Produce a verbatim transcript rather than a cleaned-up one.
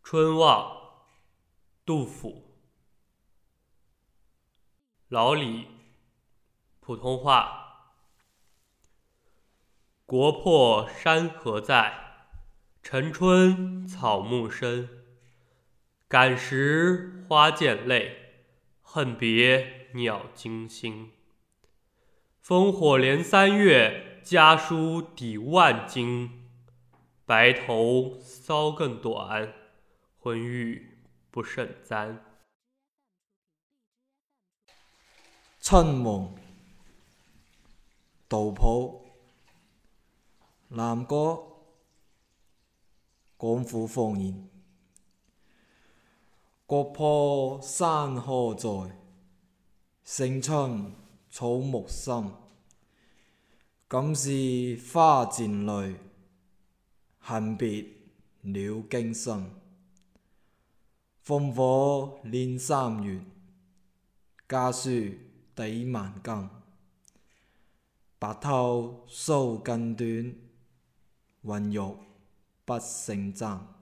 春望，杜甫。老李，普通话。国破山河在，城春草木深。感时花溅泪，恨别鸟惊心。烽火连三月，家书抵万金。白头搔更短，昏欲不胜簪。 春望，杜甫。南歌，廣府方言。國破山河在，城春草木深。感時花溅淚，恨別鳥驚心。烽火連三月，家書抵萬金。白頭搔更短，渾欲不勝簪。